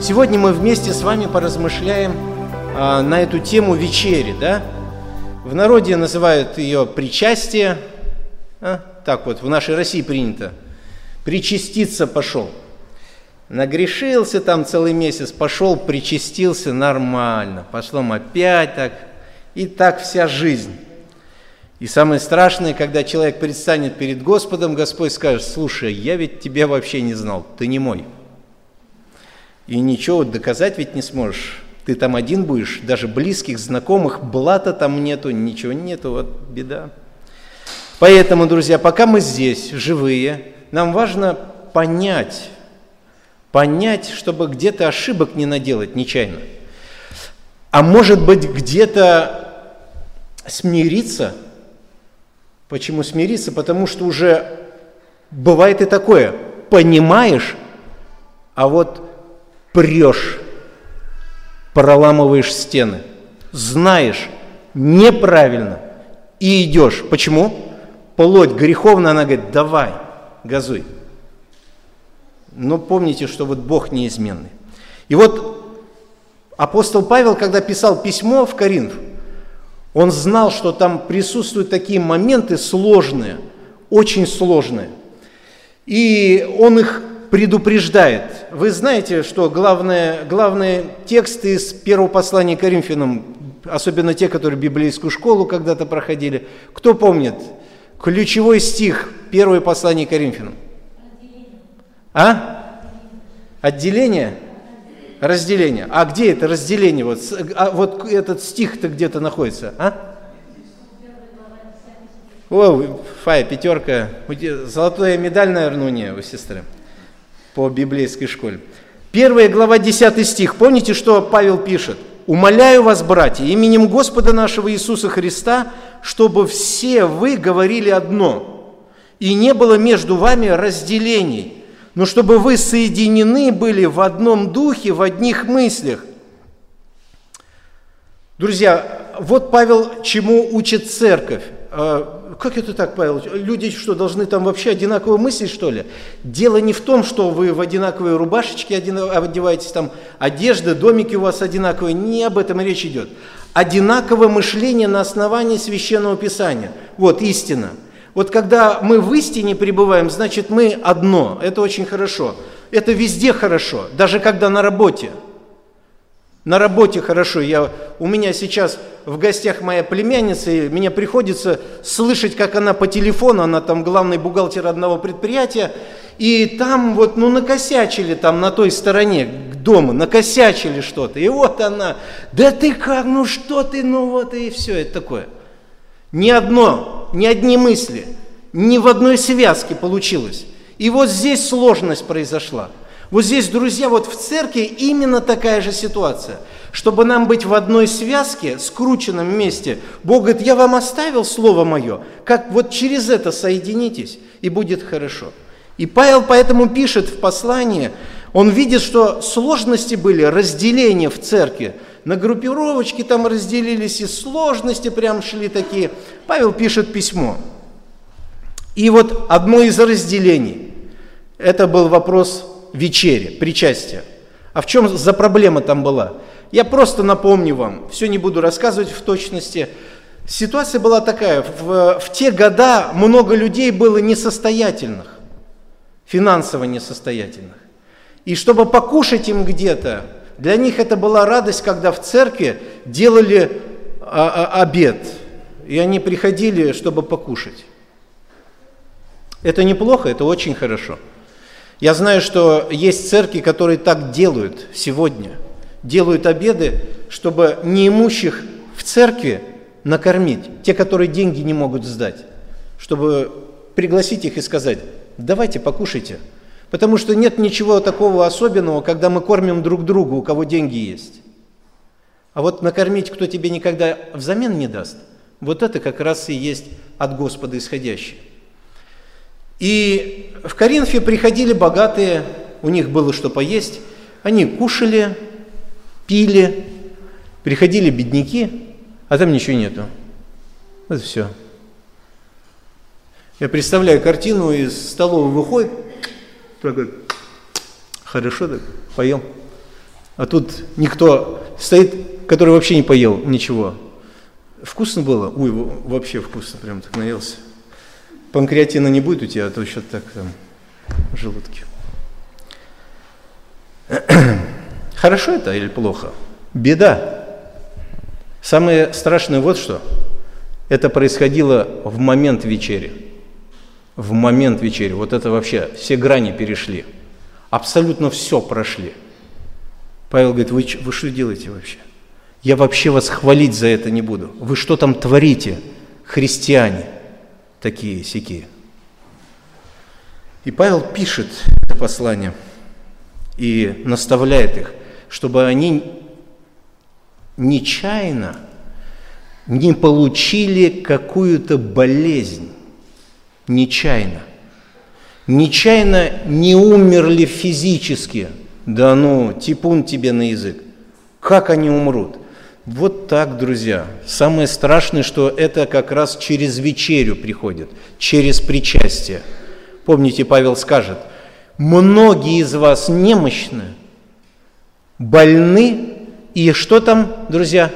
Сегодня мы вместе с вами поразмышляем на эту тему вечери, да? В народе называют ее причастие, так вот, в нашей России принято. Причаститься пошел. Нагрешился там целый месяц, пошел, причастился, нормально. Потом опять так, и так вся жизнь. И самое страшное, когда человек предстанет перед Господом, Господь скажет: слушай, я ведь тебя вообще не знал, ты не мой. И ничего доказать ведь не сможешь. Ты там один будешь, даже близких, знакомых, блата там нету, ничего нету, вот беда. Поэтому, друзья, пока мы здесь, живые, нам важно понять, чтобы где-то ошибок не наделать нечаянно. А может быть, где-то смириться. Почему смириться? Потому что уже бывает и такое. Понимаешь, а вот прешь, проламываешь стены, знаешь неправильно и идешь. Почему? Плоть греховная, она говорит: давай, газуй. Но помните, что вот Бог неизменный. И вот апостол Павел, когда писал письмо в Коринф, он знал, что там присутствуют такие моменты сложные, очень сложные. И он их предупреждает. Вы знаете, что главные тексты из первого послания к Коринфянам, особенно те, которые библейскую школу когда-то проходили, кто помнит? Ключевой стих первого послания к Коринфянам. Отделение? Разделение. А где это разделение? Вот этот стих-то где-то находится, О, Фая, пятерка. Золотая медаль, наверное, у нее, у сестры, по библейской школе. 1 глава, 10 стих. Помните, что Павел пишет? «Умоляю вас, братья, именем Господа нашего Иисуса Христа, чтобы все вы говорили одно, и не было между вами разделений, но чтобы вы соединены были в одном духе, в одних мыслях». Друзья, вот Павел чему учит церковь. Как это так, Павел? Люди что, должны там вообще одинаково мыслить, что ли? Дело не в том, что вы в одинаковые рубашечки одеваетесь, там одежда, домики у вас одинаковые. Не об этом речь идет. Одинаковое мышление на основании Священного Писания. Вот истина. Вот когда мы в истине пребываем, значит мы одно. Это очень хорошо. Это везде хорошо, даже когда на работе. На работе хорошо. У меня сейчас в гостях моя племянница, и мне приходится слышать, как она по телефону, она там главный бухгалтер одного предприятия, и там вот, накосячили там на той стороне дома, накосячили что-то. И вот она: да ты как, что ты, вот и все, это такое. Ни одни мысли, ни в одной связке получилось. И вот здесь сложность произошла. Вот здесь, друзья, вот в церкви именно такая же ситуация. Чтобы нам быть в одной связке, скрученном вместе, Бог говорит: я вам оставил Слово Мое, как вот через это соединитесь, и будет хорошо. И Павел поэтому пишет в послании, он видит, что сложности были, разделения в церкви, на группировочки там разделились, и сложности прям шли такие. Павел пишет письмо. И вот одно из разделений, это был вопрос вечери, причастия. А в чем за проблема там была? Я просто напомню вам, все не буду рассказывать в точности. Ситуация была такая: в те года много людей было несостоятельных, финансово несостоятельных. И чтобы покушать им где-то, для них это была радость, когда в церкви делали обед, и они приходили, чтобы покушать. Это неплохо, это очень хорошо. Я знаю, что есть церкви, которые так делают сегодня. Делают обеды, чтобы неимущих в церкви накормить, те, которые деньги не могут сдать, чтобы пригласить их и сказать: давайте покушайте. Потому что нет ничего такого особенного, когда мы кормим друг друга, у кого деньги есть. А вот накормить, кто тебе никогда взамен не даст, вот это как раз и есть от Господа исходящее. И в Коринфе приходили богатые, у них было что поесть, они кушали, пили, приходили бедняки, а там ничего нету. Это все. Я представляю картину, из столовой выходит, такой: хорошо, так поел. А тут никто стоит, который вообще не поел ничего. Вкусно было? Ой, вообще вкусно, прям так наелся. Панкреатина не будет у тебя, а то еще так там в желудке. Хорошо это или плохо? Беда. Самое страшное вот что. Это происходило в момент вечери. В момент вечери. Вот это вообще все грани перешли. Абсолютно все прошли. Павел говорит, вы что делаете вообще? Я вообще вас хвалить за это не буду. Вы что там творите, христиане, такие-сякие? И Павел пишет это послание и наставляет их, чтобы они нечаянно не получили какую-то болезнь. Нечаянно не умерли физически. Да ну, типун тебе на язык. Как они умрут? Вот так, друзья. Самое страшное, что это как раз через вечерю приходит, через причастие. Помните, Павел скажет, многие из вас немощны, больны, и что там, друзья?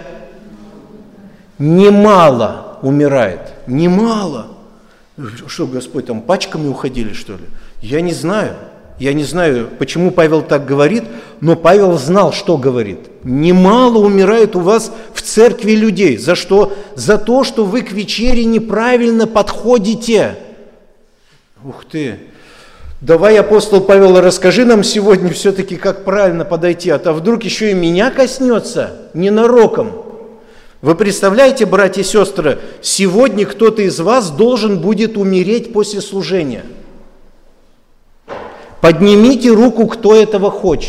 Немало умирает. Немало. Что, Господь, там пачками уходили, что ли? Я не знаю, почему Павел так говорит, но Павел знал, что говорит. Немало умирает у вас в церкви людей. За что? За то, что вы к вечере неправильно подходите. Ух ты! Давай, апостол Павел, расскажи нам сегодня все-таки, как правильно подойти, а то вдруг еще и меня коснется ненароком. Вы представляете, братья и сестры, сегодня кто-то из вас должен будет умереть после служения. Поднимите руку, кто этого хочет.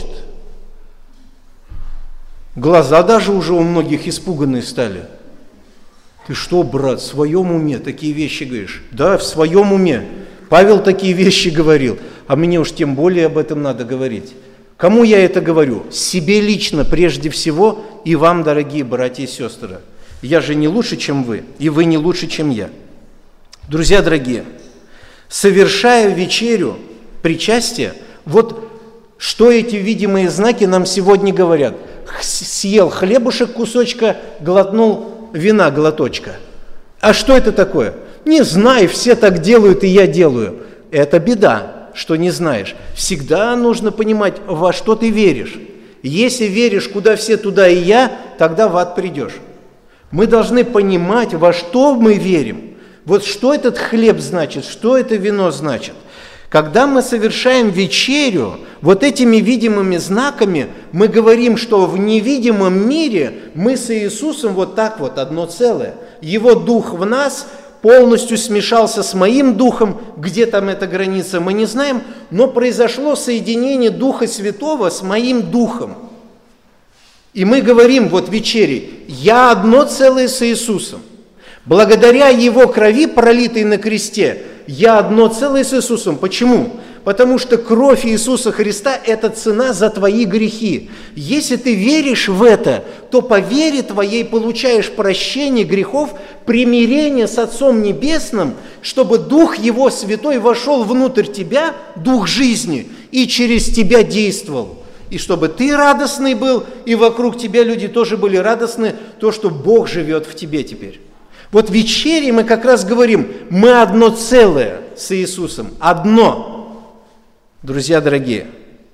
Глаза даже уже у многих испуганные стали. Ты что, брат, в своем уме такие вещи говоришь? Да, в своем уме. Павел такие вещи говорил, а мне уж тем более об этом надо говорить. Кому я это говорю? Себе лично прежде всего и вам, дорогие братья и сестры. Я же не лучше, чем вы, и вы не лучше, чем я. Друзья дорогие, совершая вечерю, причастие, вот что эти видимые знаки нам сегодня говорят. Съел хлебушек кусочка, глотнул вина глоточка. А что это такое? Не знаю, все так делают, и я делаю. Это беда, что не знаешь. Всегда нужно понимать, во что ты веришь. Если веришь, куда все, туда и я, тогда в ад придешь. Мы должны понимать, во что мы верим. Вот что этот хлеб значит, что это вино значит. Когда мы совершаем вечерю, вот этими видимыми знаками мы говорим, что в невидимом мире мы с Иисусом вот так вот одно целое. Его дух в нас полностью смешался с моим духом, где там эта граница, мы не знаем, но произошло соединение Духа Святого с моим духом. И мы говорим вот в вечере, я одно целое с Иисусом. Благодаря Его крови, пролитой на кресте, я одно целое с Иисусом. Почему? Потому что кровь Иисуса Христа – это цена за твои грехи. Если ты веришь в это, то по вере твоей получаешь прощение грехов, примирение с Отцом Небесным, чтобы Дух Его Святой вошел внутрь тебя, Дух жизни, и через тебя действовал. И чтобы ты радостный был, и вокруг тебя люди тоже были радостны, то, что Бог живет в тебе теперь. Вот в вечере мы как раз говорим, мы одно целое с Иисусом, одно. Друзья дорогие,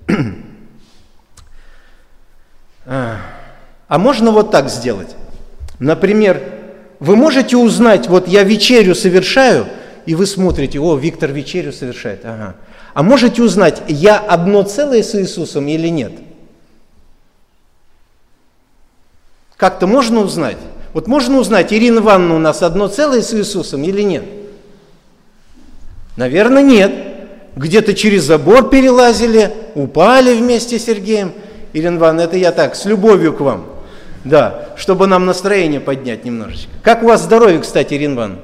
а можно вот так сделать? Например, вы можете узнать, вот я вечерю совершаю, и вы смотрите, о, Виктор вечерю совершает, ага. А можете узнать, я одно целое с Иисусом или нет? Как-то можно узнать? Вот можно узнать, Ирина Ивановна у нас одно целое с Иисусом или нет? Наверное, нет. Где-то через забор перелазили, упали вместе с Сергеем. Ирина Ивановна, это я так, с любовью к вам. Да, чтобы нам настроение поднять немножечко. Как у вас здоровье, кстати, Ирина Ивановна?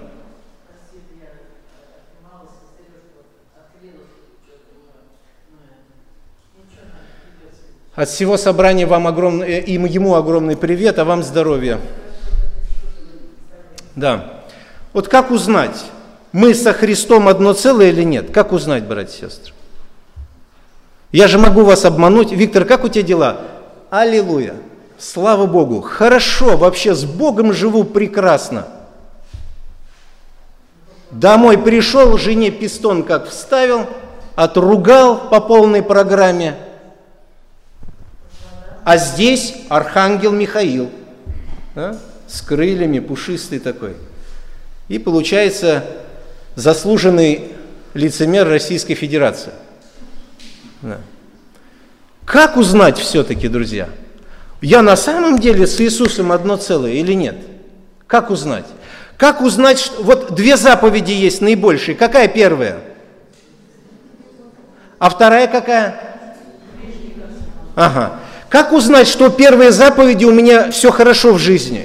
От всего собрания вам огромный, ему огромный привет, а вам здоровья. Да. Вот как узнать, мы со Христом одно целое или нет? Как узнать, братья и сестры? Я же могу вас обмануть. Виктор, как у тебя дела? Аллилуйя! Слава Богу! Хорошо, вообще с Богом живу прекрасно. Домой пришел, жене пистон как вставил, отругал по полной программе. А здесь архангел Михаил, да, с крыльями, пушистый такой. И получается заслуженный лицемер Российской Федерации. Да. Как узнать все-таки, друзья? Я на самом деле с Иисусом одно целое или нет? Как узнать? Как узнать, что... Вот две заповеди есть наибольшие. Какая первая? А вторая какая? Ага. Как узнать, что первые заповеди у меня все хорошо в жизни?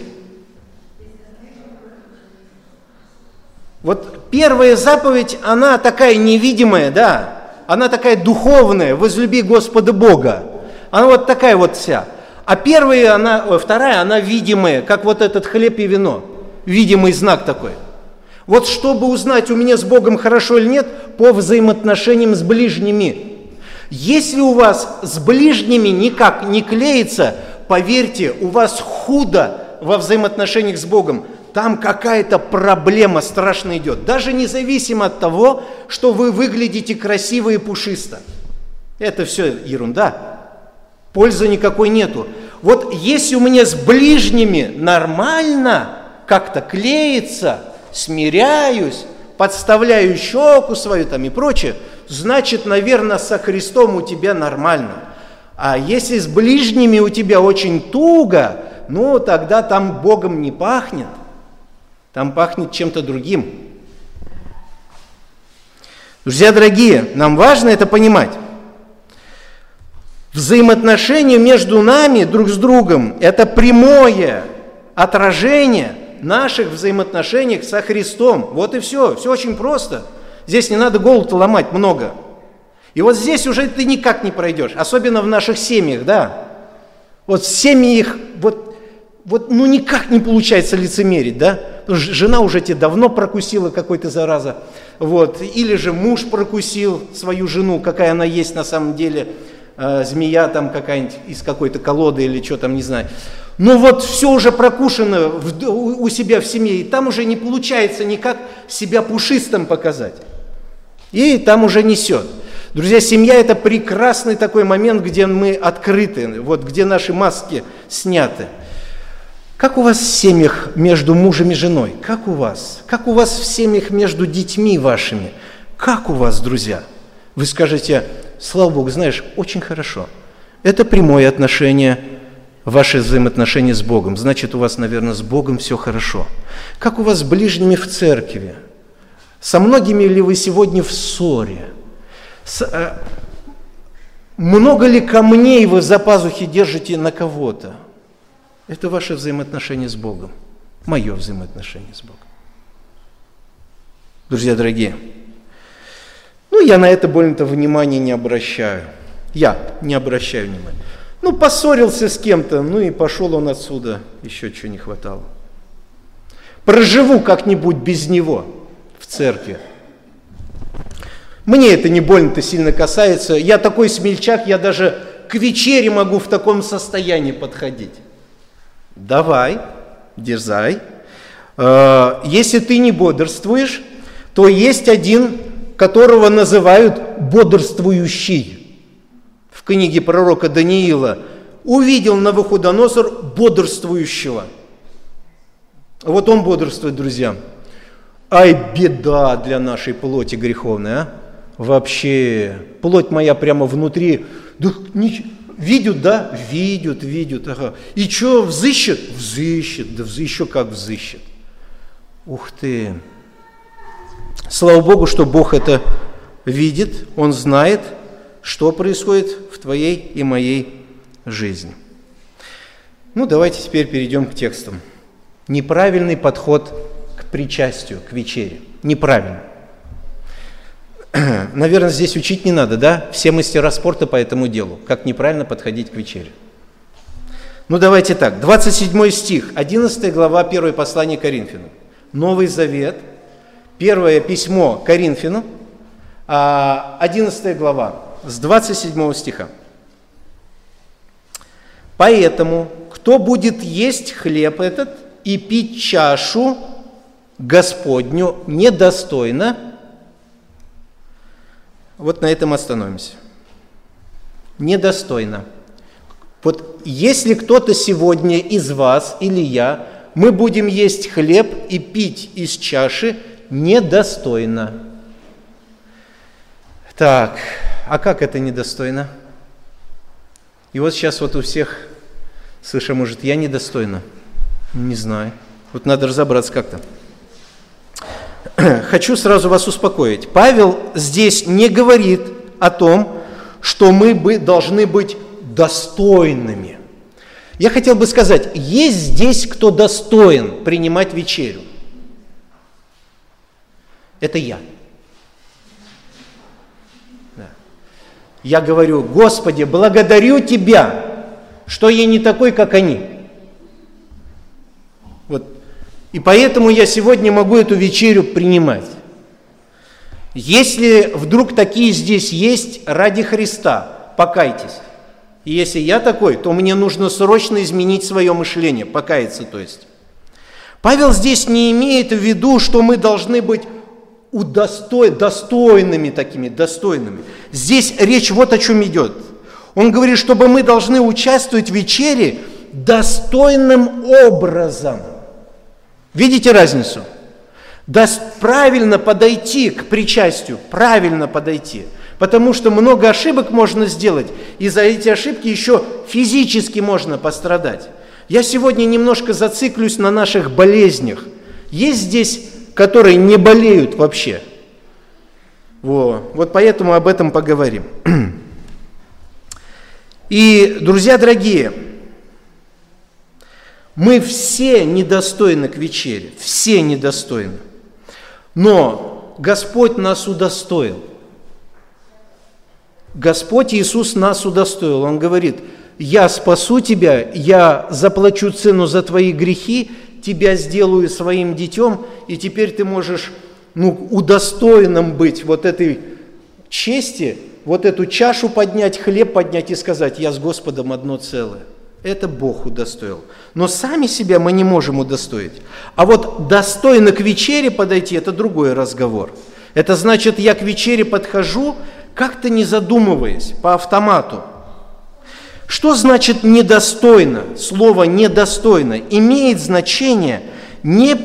Вот первая заповедь, она такая невидимая, да, она такая духовная, возлюби Господа Бога. Она вот такая вот вся. А вторая, она видимая, как вот этот хлеб и вино. Видимый знак такой. Вот чтобы узнать, у меня с Богом хорошо или нет, по взаимоотношениям с ближними. Если у вас с ближними никак не клеится, поверьте, у вас худо во взаимоотношениях с Богом. Там какая-то проблема страшно идет. Даже независимо от того, что вы выглядите красиво и пушисто. Это все ерунда. Пользы никакой нету. Вот если у меня с ближними нормально, как-то клеится, смиряюсь, подставляю щеку свою там и прочее, значит, наверное, со Христом у тебя нормально. А если с ближними у тебя очень туго, ну, тогда там Богом не пахнет. Там пахнет чем-то другим. Друзья дорогие, нам важно это понимать. Взаимоотношения между нами друг с другом – это прямое отражение наших взаимоотношений со Христом. Вот и все. Все очень просто. Здесь не надо голову-то ломать много. И вот здесь уже ты никак не пройдешь. Особенно в наших семьях, да. Вот в семьях ну никак не получается лицемерить, да. Жена уже тебе давно прокусила какой-то зараза. Вот. Или же муж прокусил свою жену, какая она есть на самом деле. Змея там какая-нибудь из какой-то колоды или что там, не знаю. Ну вот все уже прокушено у себя в семье, и там уже не получается никак себя пушистым показать. И там уже несет. Друзья, семья – это прекрасный такой момент, где мы открыты, вот где наши маски сняты. Как у вас в семьях между мужем и женой? Как у вас? Как у вас в семьях между детьми вашими? Как у вас, друзья? Вы скажете, слава Богу, знаешь, очень хорошо. Это прямое отношение, ваши взаимоотношения с Богом. Значит, у вас, наверное, с Богом все хорошо. Как у вас с ближними в церкви? Со многими ли вы сегодня в ссоре? Много ли камней вы за пазухи держите на кого-то? Это ваше взаимоотношение с Богом. Мое взаимоотношение с Богом. Друзья дорогие, я на это больно-то внимания не обращаю. Я не обращаю внимания. Поссорился с кем-то, и пошел он отсюда. Еще чего не хватало. Проживу как-нибудь без него в церкви. Мне это не больно-то сильно касается. Я такой смельчак, я даже к вечере могу в таком состоянии подходить. Давай, дерзай. Если ты не бодрствуешь, то есть один, которого называют бодрствующий. В книге пророка Даниила увидел Навуходоносор бодрствующего. Вот он бодрствует, друзья. Ай, беда для нашей плоти греховной, а? Вообще, плоть моя прямо внутри. Да, видят, да? Видят. Ага. И что, взыщет? Взыщет, да еще как взыщет. Ух ты! Слава Богу, что Бог это видит, Он знает, что происходит в твоей и моей жизни. Давайте теперь перейдем к текстам. Неправильный подход к причастию, к вечере. Неправильно. Наверное, здесь учить не надо, да? Все мастера спорта по этому делу. Как неправильно подходить к вечере. Давайте так. 27 стих, 11 глава 1 послания Коринфянам. Новый Завет, первое письмо Коринфянам, 11 глава, с 27 стиха. Поэтому, кто будет есть хлеб этот и пить чашу Господню недостойно, вот на этом остановимся. Недостойно. Вот если кто-то сегодня из вас или я, мы будем есть хлеб и пить из чаши недостойно. Так, а как это недостойно? И вот сейчас вот у всех, слыша, может, я недостойна? Не знаю. Вот надо разобраться как-то. Хочу сразу вас успокоить. Павел здесь не говорит о том, что мы должны быть достойными. Я хотел бы сказать, есть здесь кто достоин принимать вечерю? Это я. Да. Я говорю: Господи, благодарю Тебя, что я не такой, как они. Вот. И поэтому я сегодня могу эту вечерю принимать. Если вдруг такие здесь есть, ради Христа, покайтесь. И если я такой, то мне нужно срочно изменить свое мышление, покаяться, то есть. Павел здесь не имеет в виду, что мы должны быть достойными такими, достойными. Здесь речь вот о чем идет. Он говорит, чтобы мы должны участвовать в вечере достойным образом. Видите разницу? Правильно подойти к причастию, правильно подойти. Потому что много ошибок можно сделать, и за эти ошибки еще физически можно пострадать. Я сегодня немножко зациклюсь на наших болезнях. Есть здесь, которые не болеют вообще. Вот поэтому об этом поговорим. И, друзья дорогие, мы все недостойны к вечере, все недостойны. Но Господь нас удостоил. Господь Иисус нас удостоил. Он говорит: я спасу тебя, я заплачу цену за твои грехи, тебя сделаю своим детем, и теперь ты можешь удостоенным быть вот этой чести, вот эту чашу поднять, хлеб поднять и сказать: я с Господом одно целое. Это Бог удостоил. Но сами себя мы не можем удостоить. А вот достойно к вечере подойти – это другой разговор. Это значит, я к вечере подхожу, как-то не задумываясь, по автомату. Что значит недостойно? Слово недостойно имеет значение, не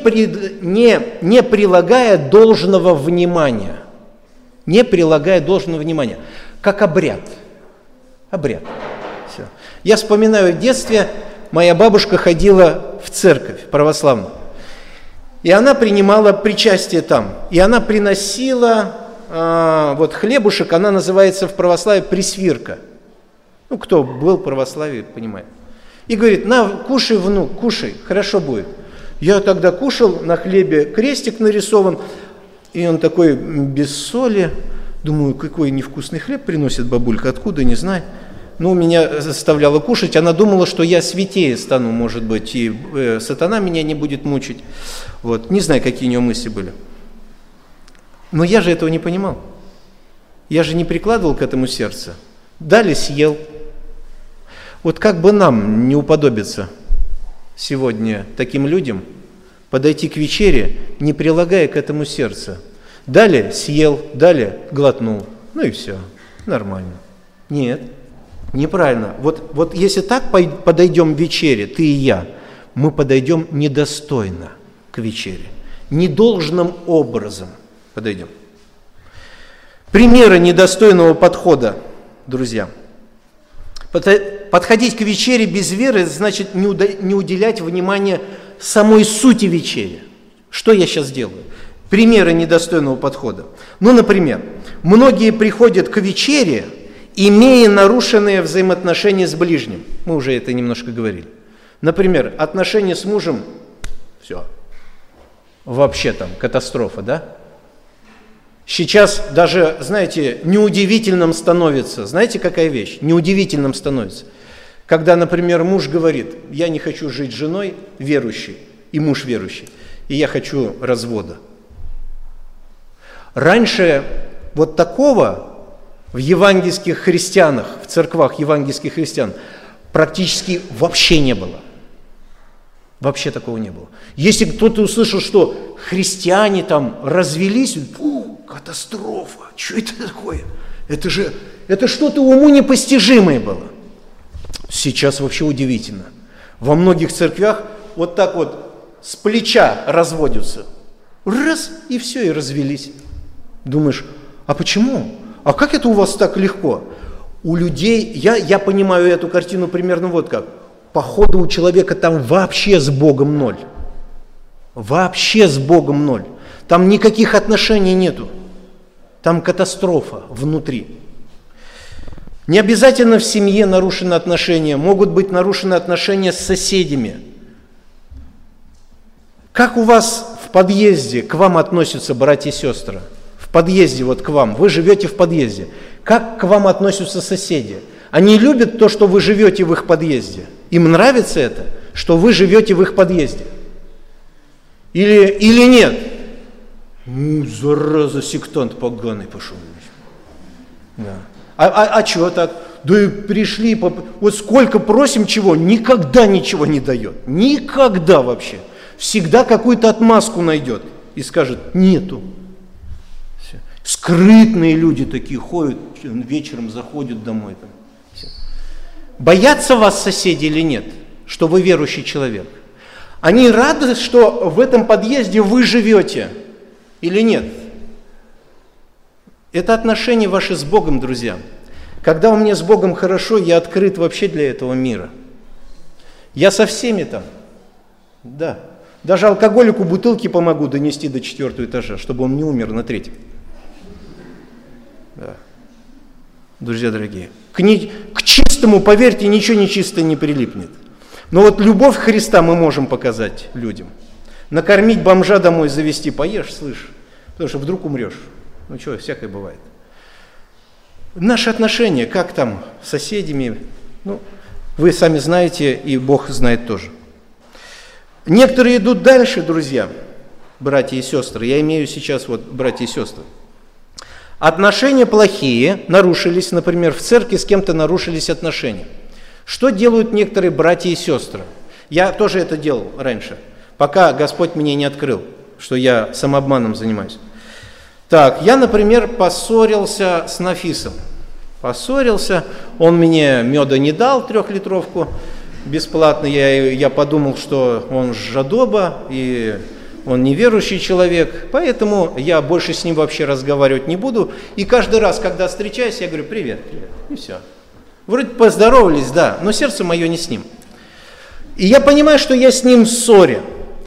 прилагая должного внимания. Не прилагая должного внимания. Как обряд. Обряд. Все. Я вспоминаю, в детстве моя бабушка ходила в церковь православную. И она принимала причастие там. И она приносила хлебушек, она называется в православии присвирка. Кто был в православии, понимает. И говорит: на, кушай, внук, кушай, хорошо будет. Я тогда кушал, на хлебе крестик нарисован, и он такой без соли. Думаю, какой невкусный хлеб приносит бабулька, откуда, не знаю. Меня заставляла кушать, она думала, что я святее стану, может быть, и сатана меня не будет мучить. Не знаю, какие у нее мысли были. Но я же этого не понимал. Я же не прикладывал к этому сердце. Дали, съел. Как бы нам не уподобиться сегодня таким людям, подойти к вечере, не прилагая к этому сердца. Дали, съел, дали, глотнул. И все, нормально. Нет, неправильно. Вот если так подойдем к вечере, ты и я, мы подойдем недостойно к вечере, недолжным образом подойдем. Примеры недостойного подхода, друзья. Подходить к вечере без веры значит не уделять внимания самой сути вечери. Что я сейчас делаю? Примеры недостойного подхода. Например, многие приходят к вечере, имея нарушенные взаимоотношения с ближним. Мы уже это немножко говорили. Например, отношения с мужем, все, вообще там катастрофа, да? Сейчас даже, знаете, неудивительным становится, знаете, какая вещь? Неудивительным становится, когда, например, муж говорит: я не хочу жить с женой верующей, и муж верующий, и я хочу развода. Раньше такого в евангельских христианах, в церквах евангельских христиан, практически вообще не было. Вообще такого не было. Если кто-то услышал, что христиане там развелись, катастрофа, что это такое? Это что-то уму непостижимое было. Сейчас вообще удивительно. Во многих церквях вот так вот с плеча разводятся. Раз, и все, и развелись. Думаешь, а почему? А как это у вас так легко? У людей, я понимаю эту картину примерно вот как. Походу у человека там вообще с Богом ноль. Вообще с Богом ноль. Там никаких отношений нету. Там катастрофа внутри. Не обязательно в семье нарушены отношения. Могут быть нарушены отношения с соседями. Как у вас в подъезде к вам относятся братья и сестры? В подъезде вот к вам. Вы живете в подъезде. Как к вам относятся соседи? Они любят то, что вы живете в их подъезде? Им нравится это, что вы живете в их подъезде? Или нет? Зараза, сектант поганый пошел. Да. А чего так? Да и пришли, вот сколько просим чего, никогда ничего не дает. Никогда вообще. Всегда какую-то отмазку найдет и скажет, нету. Все. Скрытные люди такие ходят, вечером заходят домой. Там. Боятся вас соседи или нет, что вы верующий человек? Они рады, что в этом подъезде вы живете или нет? Это отношения ваши с Богом, друзья. Когда у меня с Богом хорошо, я открыт вообще для этого мира. Я со всеми там. Да. Даже алкоголику бутылки помогу донести до 4-го этажа, чтобы он не умер на 3-м. Да. Друзья дорогие, к чистому, поверьте, ничего нечистое не прилипнет. Но вот любовь Христа мы можем показать людям. Накормить бомжа домой, завести, поешь, слышь, потому что вдруг умрешь. Ну что, всякое бывает. Наши отношения, как там с соседями, вы сами знаете, и Бог знает тоже. Некоторые идут дальше, друзья, братья и сестры. Я имею сейчас вот братья и сестры. Отношения плохие, нарушились, например, в церкви с кем-то нарушились отношения. Что делают некоторые братья и сестры? Я тоже это делал раньше, пока Господь мне не открыл, что я самообманом занимаюсь. Так, я, например, поссорился с Нафисом. Поссорился, он мне меда не дал, 3-литровку бесплатно. Я подумал, что он жадоба и он неверующий человек, поэтому я больше с ним вообще разговаривать не буду. И каждый раз, когда встречаюсь, я говорю, привет, и все. Вроде поздоровались, да, но сердце мое не с ним. И я понимаю, что я с ним в ссоре.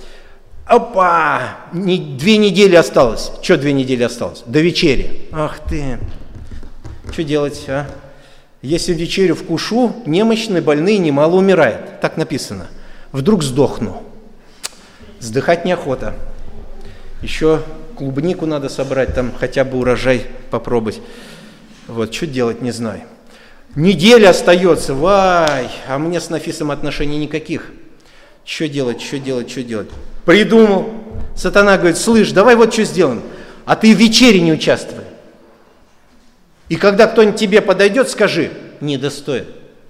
Опа! 2 недели осталось. Что 2 недели осталось? До вечери. Ах ты! Что делать, а? Если вечерю вкушу, немощные, больные, немало умирает. Так написано. Вдруг сдохну. Сдыхать неохота. Еще клубнику надо собрать, там хотя бы урожай попробовать. Вот, что делать, не знаю. Неделя остается, вай, а мне с Нафисом отношений никаких. Что делать? Придумал. Сатана говорит, слышь, давай вот что сделаем. А ты в вечере не участвуй. И когда кто-нибудь тебе подойдет, скажи, недостоин.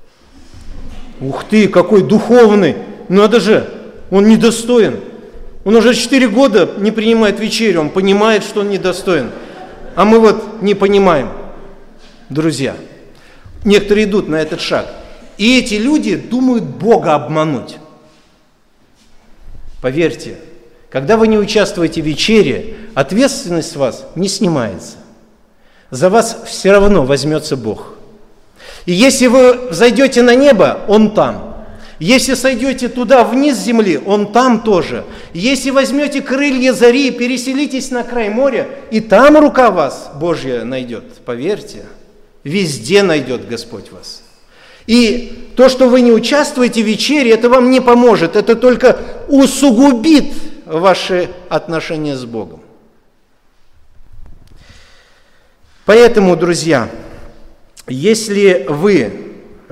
Ух ты, какой духовный. Надо же, он недостоин. Он уже 4 года не принимает вечерю, он понимает, что он недостоин. А мы вот не понимаем. Друзья, некоторые идут на этот шаг. И эти люди думают Бога обмануть. Поверьте, когда вы не участвуете в вечере, ответственность с вас не снимается. За вас все равно возьмется Бог. И если вы зайдете на небо, Он там. Если сойдете туда вниз земли, Он там тоже. Если возьмете крылья зари и переселитесь на край моря, и там рука вас Божья найдет. Поверьте, везде найдет Господь вас. И то, что вы не участвуете в вечере, это вам не поможет. Это только усугубит ваши отношения с Богом. Поэтому, друзья, если вы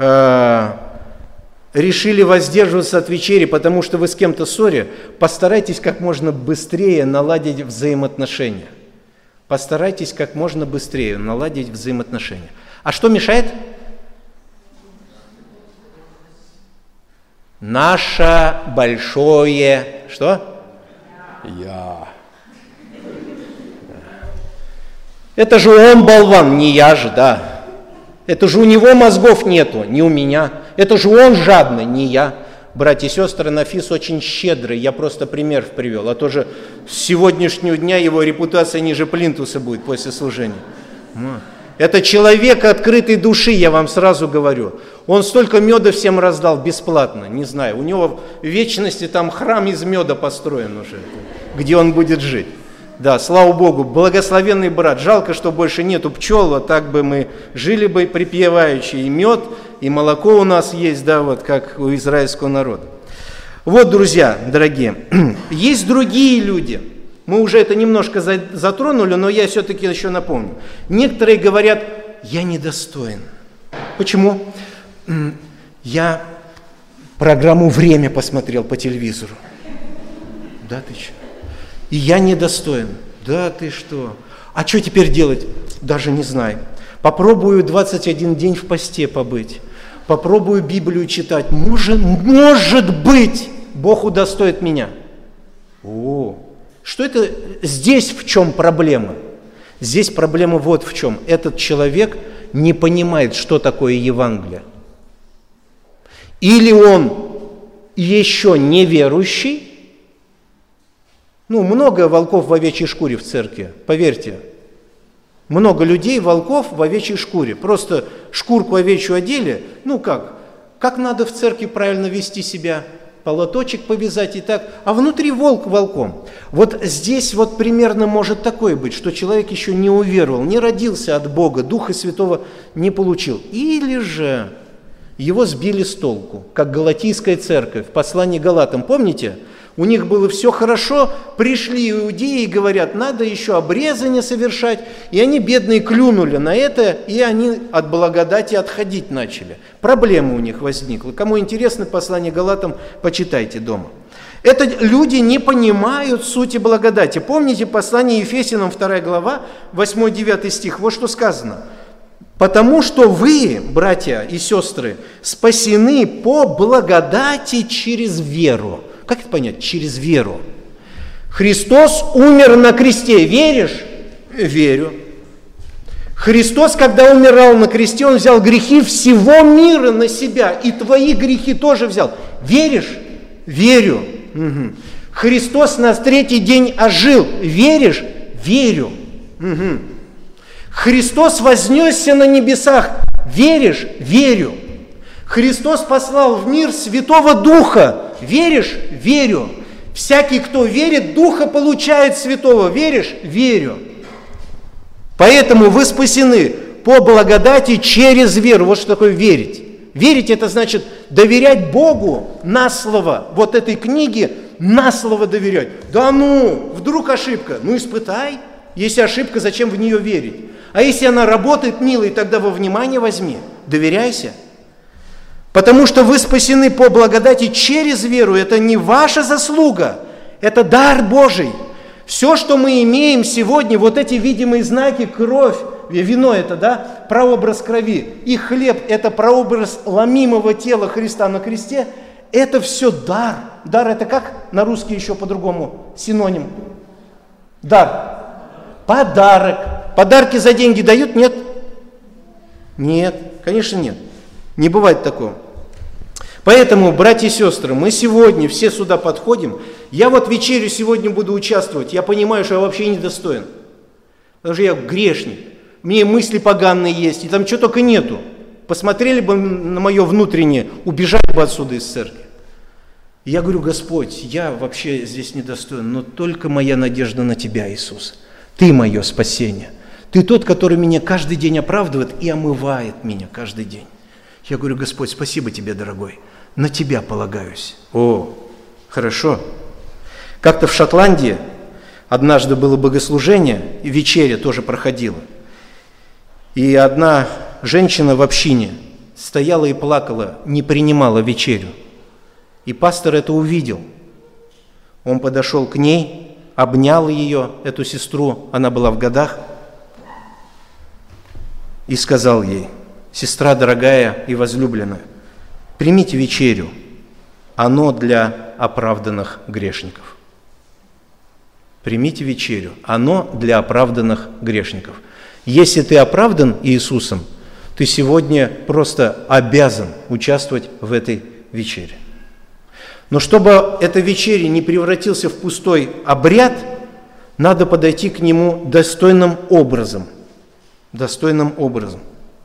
решили воздерживаться от вечери, потому что вы с кем-то в ссоре, постарайтесь как можно быстрее наладить взаимоотношения. Постарайтесь как можно быстрее наладить взаимоотношения. А что мешает? Наше большое... Что? Я. Это же он болван, не я же, да. Это же у него мозгов нету, не у меня. Это же он жадный, не я. Братья и сестры, Нафис очень щедрый, я просто пример привел. А то же с сегодняшнего дня его репутация ниже плинтуса будет после служения. Это человек открытой души, я вам сразу говорю. Он столько меда всем раздал бесплатно, не знаю. У него в вечности там храм из меда построен уже, где он будет жить. Да, слава Богу, благословенный брат. Жалко, что больше нету пчел, а так бы мы жили бы припеваючи. И мед, и молоко у нас есть, да, вот как у израильского народа. Вот, друзья, дорогие, есть другие люди. Мы уже это немножко затронули, но я все-таки еще напомню. Некоторые говорят, я недостоин. Почему? Я программу «Время» посмотрел по телевизору. Да ты что? И я недостоин. Да ты что? А что теперь делать? Даже не знаю. Попробую 21 день в посте побыть. Попробую Библию читать. Может быть, Бог удостоит меня. Что это? Здесь в чем проблема? Здесь проблема вот в чем. Этот человек не понимает, что такое Евангелие. Или он еще неверующий. Много волков в овечьей шкуре в церкви, поверьте. Много людей, волков в овечьей шкуре. Просто шкурку овечью одели, как надо в церкви правильно вести себя, полоточек повязать и так, а внутри волк волком. Вот здесь вот примерно может такое быть, что человек еще не уверовал, не родился от Бога, Духа Святого не получил. Или же его сбили с толку, как Галатийская церковь в послании Галатам, помните? У них было все хорошо, пришли иудеи и говорят, надо еще обрезание совершать, и они, бедные, клюнули на это, и они от благодати отходить начали. Проблема у них возникла. Кому интересно послание Галатам, почитайте дома. Это люди не понимают сути благодати. Помните послание Ефесянам 2 глава, 8-9 стих, вот что сказано. «Потому что вы, братья и сестры, спасены по благодати через веру». Как это понять? Через веру. Христос умер на кресте. Веришь? Верю. Христос, когда умирал на кресте, Он взял грехи всего мира на себя. И твои грехи тоже взял. Веришь? Верю. Угу. Христос на третий день ожил. Веришь? Верю. Угу. Христос вознесся на небесах. Веришь? Верю. Христос послал в мир Святого Духа. Веришь? Верю. Всякий, кто верит, Духа получает Святого. Веришь? Верю. Поэтому вы спасены по благодати через веру. Вот что такое верить. Верить – это значит доверять Богу на слово. Вот этой книге на слово доверять. Да вдруг ошибка. Испытай. Если ошибка, зачем в нее верить? А если она работает, милый, тогда во внимание возьми. Доверяйся. Потому что вы спасены по благодати через веру. Это не ваша заслуга, это дар Божий. Все, что мы имеем сегодня, вот эти видимые знаки, кровь, вино это, да, прообраз крови, и хлеб это прообраз ломимого тела Христа на кресте, это все дар. Дар это как на русский еще по-другому синоним? Дар. Подарок. Подарки за деньги дают? Нет? Нет, конечно нет. Не бывает такого. Поэтому, братья и сестры, мы сегодня все сюда подходим. Я вот вечерю сегодня буду участвовать. Я понимаю, что я вообще недостоин. Потому что я грешник. Мне мысли поганые есть. И там чего только нету. Посмотрели бы на мое внутреннее, убежали бы отсюда из церкви. Я говорю, Господь, я вообще здесь недостоин, но только моя надежда на Тебя, Иисус. Ты мое спасение. Ты тот, который меня каждый день оправдывает и омывает меня каждый день. Я говорю, Господь, спасибо Тебе, дорогой, на Тебя полагаюсь. Хорошо. Как-то в Шотландии однажды было богослужение, и вечеря тоже проходила. И одна женщина в общине стояла и плакала, не принимала вечерю. И пастор это увидел. Он подошел к ней, обнял ее, эту сестру, она была в годах, и сказал ей, сестра дорогая и возлюбленная, примите вечерю, оно для оправданных грешников. Примите вечерю, оно для оправданных грешников. Если ты оправдан Иисусом, ты сегодня просто обязан участвовать в этой вечере. Но чтобы эта вечеря не превратился в пустой обряд, надо подойти к нему достойным образом. Достойным образом.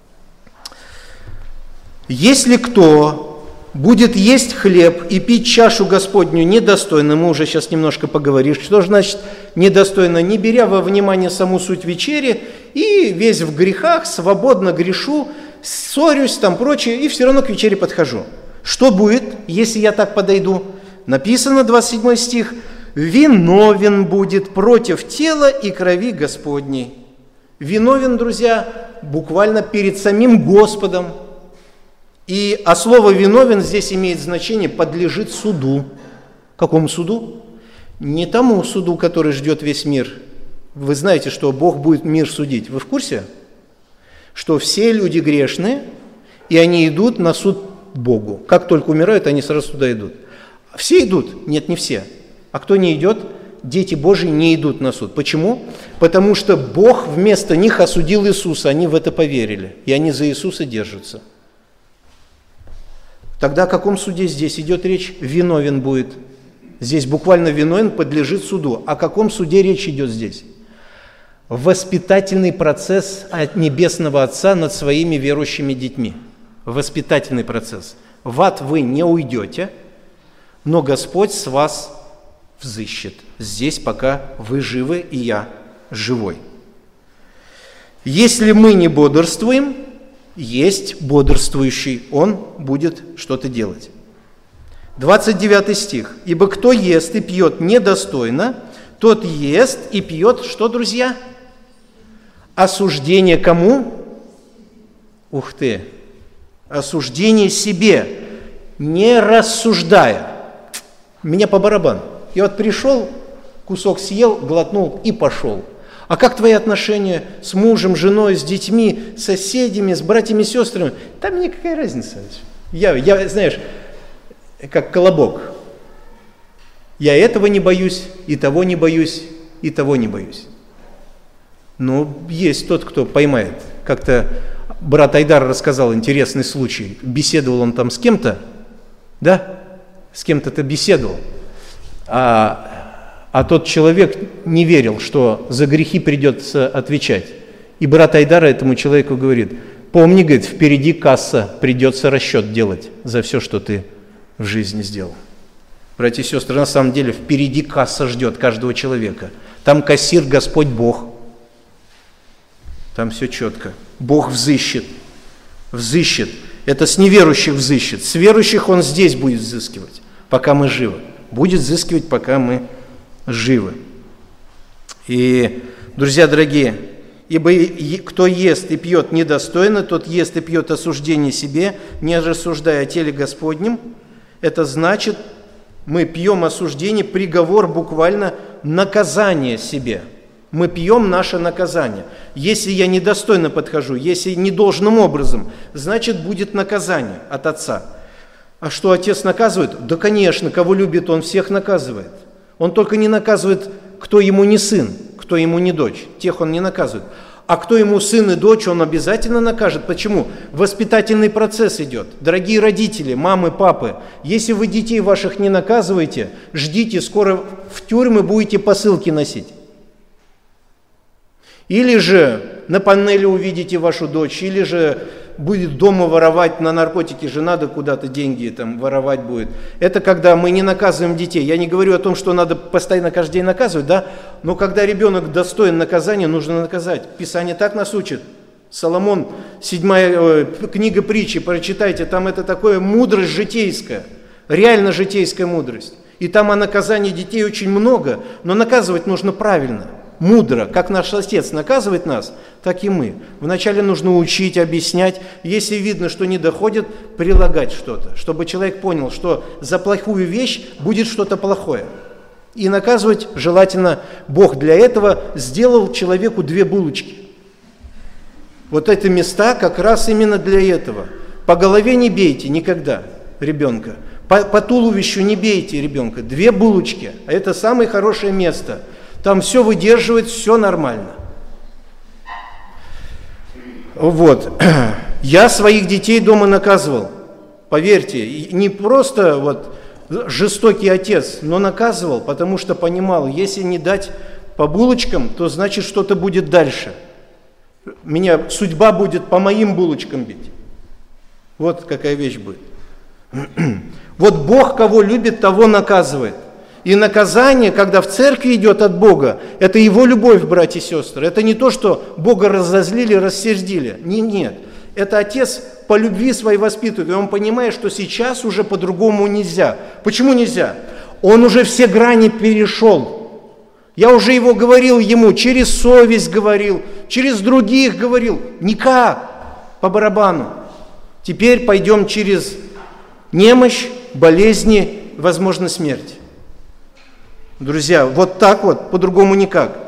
Если кто будет есть хлеб и пить чашу Господню недостойно, мы уже сейчас немножко поговорим, что значит недостойно, не беря во внимание саму суть вечери, и весь в грехах, свободно грешу, ссорюсь, там прочее, и все равно к вечере подхожу. Что будет, если я так подойду? Написано, 27 стих, «Виновен будет против тела и крови Господней». Виновен, друзья, буквально перед самим Господом. А слово «виновен» здесь имеет значение «подлежит суду». Какому суду? Не тому суду, который ждет весь мир. Вы знаете, что Бог будет мир судить. Вы в курсе? Что все люди грешные, и они идут на суд Богу. Как только умирают, они сразу туда идут. Все идут? Нет, не все. А кто не идет? Дети Божьи не идут на суд. Почему? Потому что Бог вместо них осудил Иисуса, они в это поверили, и они за Иисуса держатся. Тогда о каком суде здесь идет речь? Виновен будет. Здесь буквально виновен, подлежит суду. О каком суде речь идет здесь? Воспитательный процесс от Небесного Отца над своими верующими детьми. Воспитательный процесс. В ад вы не уйдете, но Господь с вас взыщет. Здесь пока вы живы, и я живой. Если мы не бодрствуем, есть бодрствующий, он будет что-то делать. 29 стих. «Ибо кто ест и пьет недостойно, тот ест и пьет», что, друзья? Осуждение кому? Ух ты! Осуждение себе, не рассуждая. Меня по барабану. Я вот пришел, кусок съел, глотнул и пошел. А как твои отношения с мужем, женой, с детьми, с соседями, с братьями, сестрами? Там никакая разница. Я, знаешь, как колобок. Я этого не боюсь, и того не боюсь, и того не боюсь. Но есть тот, кто поймает. Как-то брат Айдар рассказал интересный случай. Беседовал он там с кем-то, да? С кем-то беседовал. А тот человек не верил, что за грехи придется отвечать. И брат Айдара этому человеку говорит: помни, говорит, впереди касса, придется расчет делать за все, что ты в жизни сделал. Братья и сестры, на самом деле впереди касса ждет каждого человека. Там кассир Господь Бог. Там все четко. Бог взыщет. Взыщет. Это с неверующих взыщет. С верующих Он здесь будет взыскивать, пока мы живы. Будет взыскивать, пока мы живы. И, друзья дорогие, ибо кто ест и пьет недостойно, тот ест и пьет осуждение себе, не рассуждая о теле Господнем. Это значит, мы пьем осуждение, приговор, буквально наказание себе. Мы пьем наше наказание. Если я недостойно подхожу, если недолжным образом, значит, будет наказание от Отца. А что Отец наказывает? Да, конечно, кого любит, Он всех наказывает. Он только не наказывает, кто ему не сын, кто ему не дочь. Тех Он не наказывает. А кто ему сын и дочь, Он обязательно накажет. Почему? Воспитательный процесс идет. Дорогие родители, мамы, папы, если вы детей ваших не наказываете, ждите, скоро в тюрьмы будете посылки носить. Или же на панели увидите вашу дочь, или же будет дома воровать, на наркотики же надо куда-то деньги там воровать будет. Это когда мы не наказываем детей. Я не говорю о том, что надо постоянно каждый день наказывать, да? Но когда ребенок достоин наказания, нужно наказать. Писание так нас учит. Соломон, 7 книга притчи, прочитайте, там это такое мудрость житейская, реально житейская мудрость. И там о наказании детей очень много, но наказывать нужно правильно. Мудро, как наш Отец наказывает нас, так и мы. Вначале нужно учить, объяснять. Если видно, что не доходит, прилагать что-то, чтобы человек понял, что за плохую вещь будет что-то плохое. И наказывать желательно Бог для этого сделал человеку 2 булочки. Вот эти места как раз именно для этого. По голове не бейте никогда ребенка. По туловищу не бейте ребенка. 2 булочки, а это самое хорошее место. Там все выдерживает, все нормально. Вот. Я своих детей дома наказывал. Поверьте, не просто вот жестокий отец, но наказывал, потому что понимал, если не дать по булочкам, то значит что-то будет дальше. Меня судьба будет по моим булочкам бить. Вот какая вещь будет. Вот Бог, кого любит, того наказывает. И наказание, когда в церкви идет от Бога, это Его любовь, братья и сестры. Это не то, что Бога разозлили, рассердили. Нет. Это Отец по любви своей воспитывает. И Он понимает, что сейчас уже по-другому нельзя. Почему нельзя? Он уже все грани перешел. Я уже его говорил ему, через совесть говорил, через других говорил. Никак, по барабану. Теперь пойдем через немощь, болезни, возможно, смерть. Друзья, вот так вот, по-другому никак.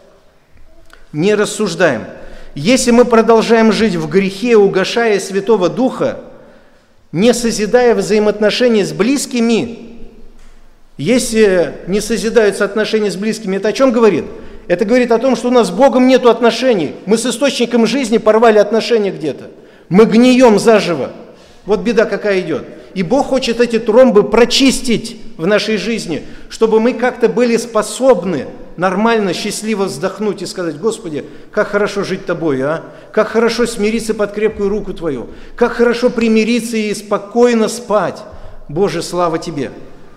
Не рассуждаем. Если мы продолжаем жить в грехе, угашая Святого Духа, не созидая взаимоотношения с близкими, если не созидаются отношения с близкими, это о чем говорит? Это говорит о том, что у нас с Богом нет отношений. Мы с источником жизни порвали отношения где-то. Мы гнием заживо. Вот беда какая идет. И Бог хочет эти тромбы прочистить в нашей жизни, чтобы мы как-то были способны нормально, счастливо вздохнуть и сказать: Господи, как хорошо жить Тобой, а? Как хорошо смириться под крепкую руку Твою, как хорошо примириться и спокойно спать. Боже, слава Тебе.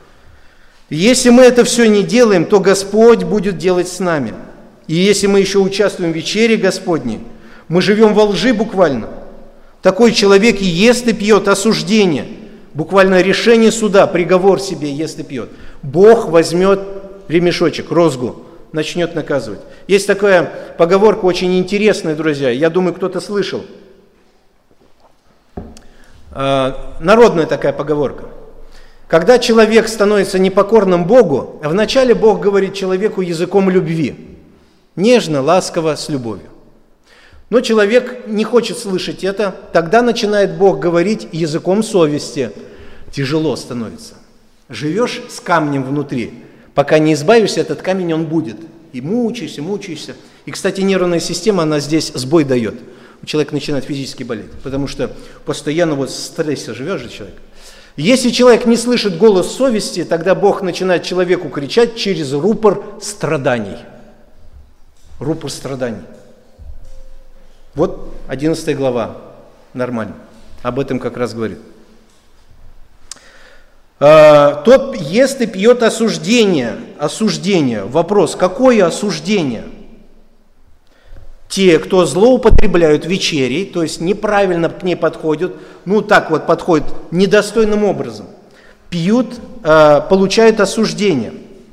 Если мы это все не делаем, то Господь будет делать с нами. И если мы еще участвуем в вечере Господней, мы живем во лжи буквально. Такой человек и ест и пьет осуждение, буквально решение суда, приговор себе ест и пьет. Бог возьмет ремешочек, розгу, начнет наказывать. Есть такая поговорка очень интересная, друзья, я думаю, кто-то слышал. Народная такая поговорка. Когда человек становится непокорным Богу, вначале Бог говорит человеку языком любви, нежно, ласково, с любовью. Но человек не хочет слышать это, тогда начинает Бог говорить языком совести. Тяжело становится. Живешь с камнем внутри, пока не избавишься, этот камень он будет. И мучаешься. И, кстати, нервная система, она здесь сбой дает. Человек начинает физически болеть, потому что постоянно вот в стрессе живет же человек. Если человек не слышит голос совести, тогда Бог начинает человеку кричать через рупор страданий. Рупор страданий. Вот 11 глава, нормально, об этом как раз говорит. Тот ест и пьет осуждение. Вопрос, какое осуждение? Те, кто злоупотребляют вечерей, то есть неправильно к ней подходят, подходят недостойным образом, пьют, получают осуждение.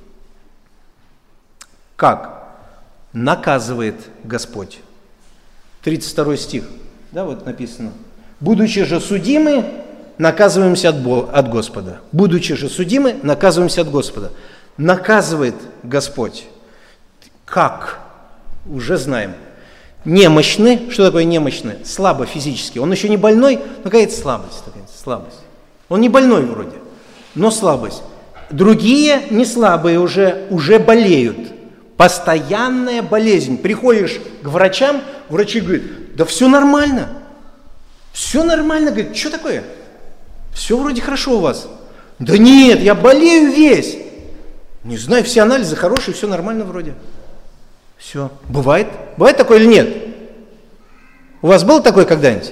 Как? Наказывает Господь. 32 стих, вот написано. Будучи же судимы, наказываемся от Господа. Будучи же судимы, наказываемся от Господа. Наказывает Господь. Как? Уже знаем. Немощны. Что такое немощны? Слабо физически. Он еще не больной, но какая-то слабость. Он не больной вроде, но слабость. Другие не слабые уже болеют. Постоянная болезнь. Приходишь к врачам, врачи говорят: да все нормально. Все нормально. Говорит: что такое? Все вроде хорошо у вас. Да нет, я болею весь. Не знаю, все анализы хорошие, все нормально вроде. Все. Бывает? Бывает такое или нет? У вас было такое когда-нибудь?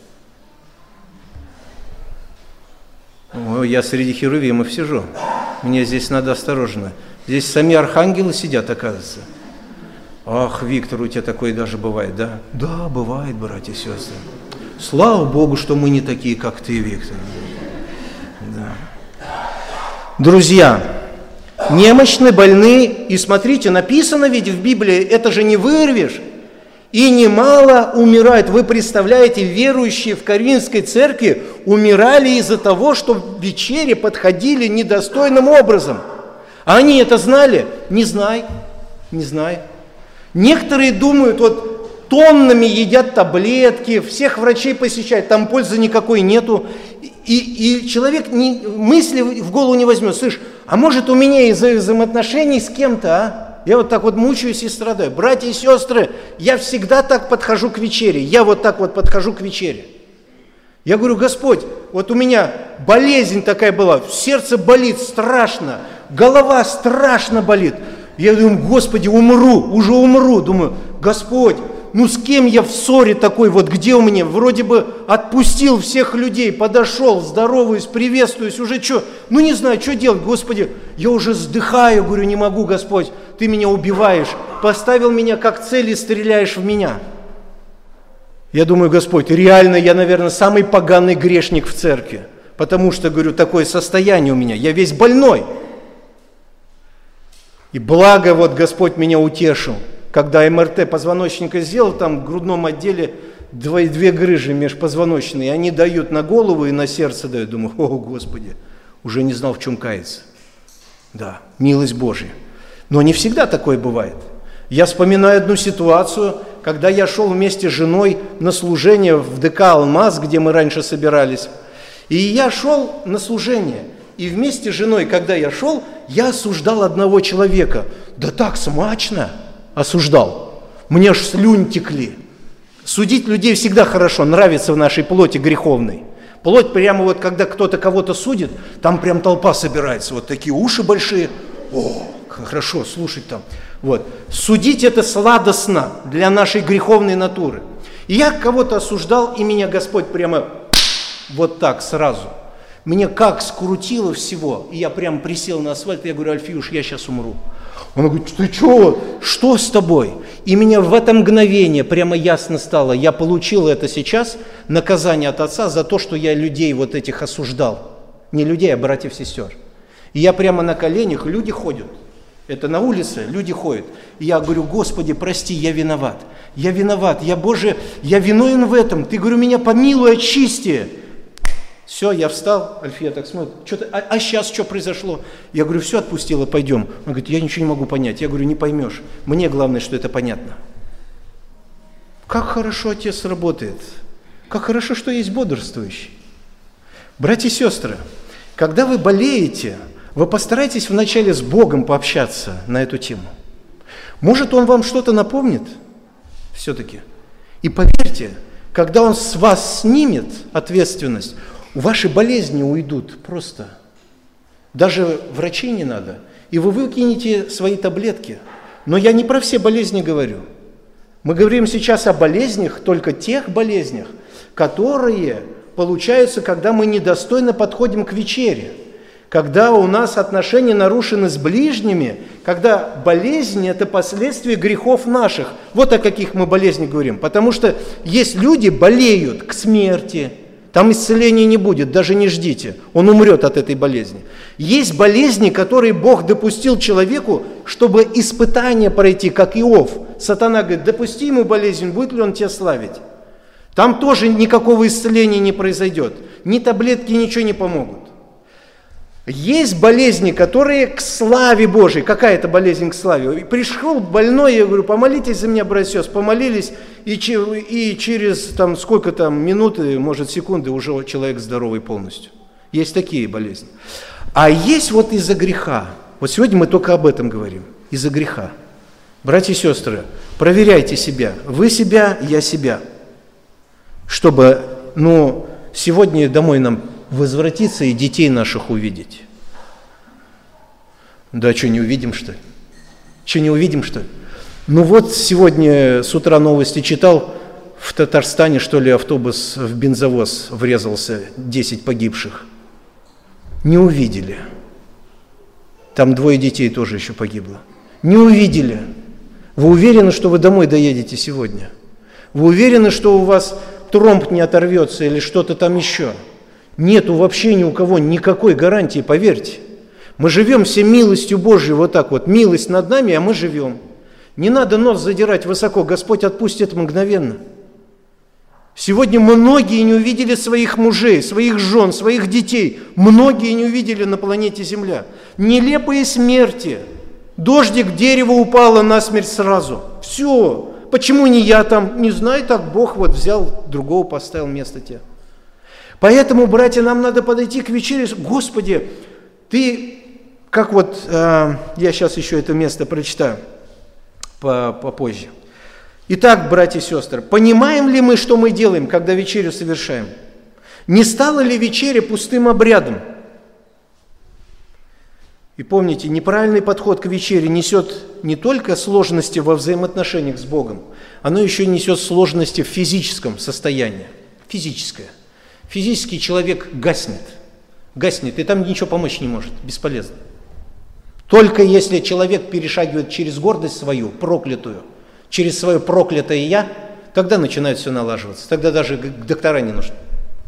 Ой, я среди херувимов сижу. Мне здесь надо осторожно. Здесь сами архангелы сидят, оказывается. Ах, Виктор, у тебя такое даже бывает, да? Да, бывает, братья и сестры. Слава Богу, что мы не такие, как ты, Виктор. Да. Друзья, немощны, больны, и смотрите, написано ведь в Библии, это же не вырвешь, и немало умирает. Вы представляете, верующие в Коринфской церкви умирали из-за того, что в вечере подходили недостойным образом. А они это знали? Не знай. Некоторые думают, тоннами едят таблетки, всех врачей посещают, там пользы никакой нету. И человек мысли в голову не возьмет. Слышь, а может у меня из-за взаимоотношений с кем-то, а? Я вот так вот мучаюсь и страдаю. Братья и сестры, я всегда так подхожу к вечере. Я вот так вот подхожу к вечере. Я говорю: Господь, вот у меня болезнь такая была, сердце болит страшно, голова страшно болит. Я думаю: Господи, уже умру. Думаю: Господь, ну с кем я в ссоре такой, вот где у меня? Вроде бы отпустил всех людей, подошел, здороваюсь, приветствуюсь, уже что? Ну не знаю, что делать, Господи. Я уже вздыхаю, говорю: не могу, Господь, Ты меня убиваешь, поставил меня как цель и стреляешь в меня. Я думаю: Господь, реально я, наверное, самый поганый грешник в церкви, потому что, говорю, такое состояние у меня, я весь больной. И благо вот Господь меня утешил, когда МРТ позвоночника сделал, там в грудном отделе две грыжи межпозвоночные, они дают на голову и на сердце дают. Думаю: о, Господи, уже не знал, в чем каяться. Да, милость Божья. Но не всегда такое бывает. Я вспоминаю одну ситуацию, когда я шел вместе с женой на служение в ДК «Алмаз», где мы раньше собирались. И я шел на служение. И вместе с женой, когда я шел, я осуждал одного человека. Да так смачно осуждал. Мне аж слюнь текли. Судить людей всегда хорошо, нравится в нашей плоти греховной. Плоть прямо вот, когда кто-то кого-то судит, там прям толпа собирается, вот такие уши большие. О, хорошо слушать там. Вот. Судить это сладостно для нашей греховной натуры. И я кого-то осуждал, и меня Господь прямо вот так сразу. Мне как скрутило всего, и я прям присел на асфальт, и я говорю: Альфиюш, я сейчас умру. Он говорит: ты что с тобой? И меня в это мгновение прямо ясно стало, я получил это сейчас, наказание от Отца за то, что я людей вот этих осуждал. Не людей, а братьев и сестер. И я прямо на коленях, люди ходят. Это на улице, люди ходят. И я говорю: Господи, прости, я виноват, я Боже, я виновен в этом. Ты, говорю, меня помилуй, очисти. Все, я встал, Альфия так смотрит: а сейчас что произошло? Я говорю: все, отпустила, пойдем. Он говорит: я ничего не могу понять. Я говорю: не поймешь, мне главное, что это понятно. Как хорошо Отец работает, как хорошо, что есть бодрствующий. Братья и сестры, когда вы болеете, вы постарайтесь вначале с Богом пообщаться на эту тему. Может, Он вам что-то напомнит все-таки. И поверьте, когда Он с вас снимет ответственность, ваши болезни уйдут просто. Даже врачей не надо. И вы выкинете свои таблетки. Но я не про все болезни говорю. Мы говорим сейчас о болезнях, только тех болезнях, которые получаются, когда мы недостойно подходим к вечере. Когда у нас отношения нарушены с ближними, когда болезнь – это последствия грехов наших. Вот о каких мы болезнях говорим. Потому что есть люди, болеют к смерти, там исцеления не будет, даже не ждите, он умрет от этой болезни. Есть болезни, которые Бог допустил человеку, чтобы испытание пройти, как Иов. Сатана говорит: допусти ему болезнь, будет ли он тебя славить? Там тоже никакого исцеления не произойдет, ни таблетки, ничего не помогут. Есть болезни, которые к славе Божией. Какая это болезнь к славе? Пришел больной, я говорю: помолитесь за меня, братья, помолились, и через там, сколько там минуты, может секунды, уже человек здоровый полностью. Есть такие болезни. А есть вот из-за греха. Вот сегодня мы только об этом говорим. Из-за греха. Братья и сестры, проверяйте себя. Вы себя, я себя. Чтобы, сегодня домой нам возвратиться и детей наших увидеть. Да, что, не увидим, что ли? Что, не увидим, что ли? Вот сегодня с утра новости читал, в Татарстане, что ли, автобус в бензовоз врезался, 10 погибших. Не увидели. Там 2 детей тоже еще погибло. Не увидели. Вы уверены, что вы домой доедете сегодня? Вы уверены, что у вас тромб не оторвется или что-то там еще? Нету вообще ни у кого никакой гарантии, поверьте. Мы живем все милостью Божией вот так вот. Милость над нами, а мы живем. Не надо нос задирать высоко, Господь отпустит мгновенно. Сегодня многие не увидели своих мужей, своих жен, своих детей. Многие не увидели на планете Земля. Нелепые смерти. Дождик, дерево упало насмерть сразу. Все. Почему не я там? Не знаю, так Бог вот взял, другого поставил вместо тебя. Поэтому, братья, нам надо подойти к вечере. Господи, Ты, как вот, я сейчас еще это место прочитаю попозже. Итак, братья и сестры, понимаем ли мы, что мы делаем, когда вечерю совершаем? Не стала ли вечеря пустым обрядом? И помните, неправильный подход к вечере несет не только сложности во взаимоотношениях с Богом, оно еще несет сложности в физическом состоянии. Физическое. Физический человек гаснет, и там ничего помочь не может, бесполезно. Только если человек перешагивает через гордость свою, проклятую, через свое проклятое «я», тогда начинает все налаживаться, тогда даже доктора не нужны.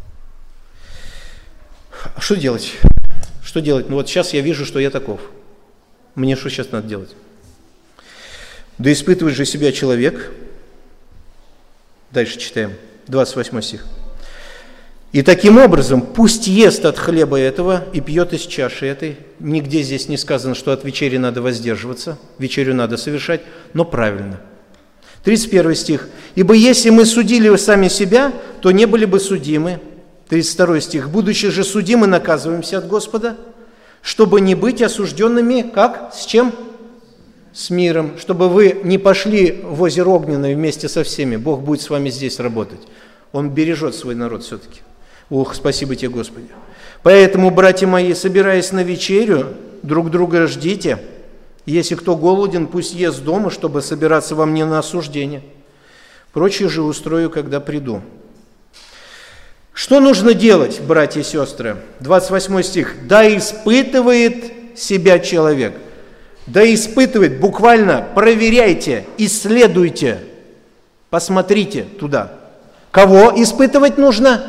А что делать? Что делать? Ну вот сейчас я вижу, что я таков. Мне что сейчас надо делать? Да испытывает же себя человек. Дальше читаем, 28 стих. И таким образом, пусть ест от хлеба этого и пьет из чаши этой. Нигде здесь не сказано, что от вечери надо воздерживаться, вечерю надо совершать, но правильно. 31 стих. «Ибо если мы судили сами себя, то не были бы судимы». 32 стих. «Будучи же судимы, наказываемся от Господа, чтобы не быть осужденными, как? С чем? С миром. Чтобы вы не пошли в озеро огненное вместе со всеми. Бог будет с вами здесь работать. Он бережет свой народ все-таки. Ох, спасибо тебе, Господи. Поэтому, братья мои, собираясь на вечерю, друг друга ждите. Если кто голоден, пусть ест дома, чтобы собираться во мне на осуждение. Прочее же устрою, когда приду». Что нужно делать, братья и сестры? 28 стих. «Да испытывает себя человек». Да испытывает, буквально проверяйте, исследуйте, посмотрите туда. Кого испытывать нужно?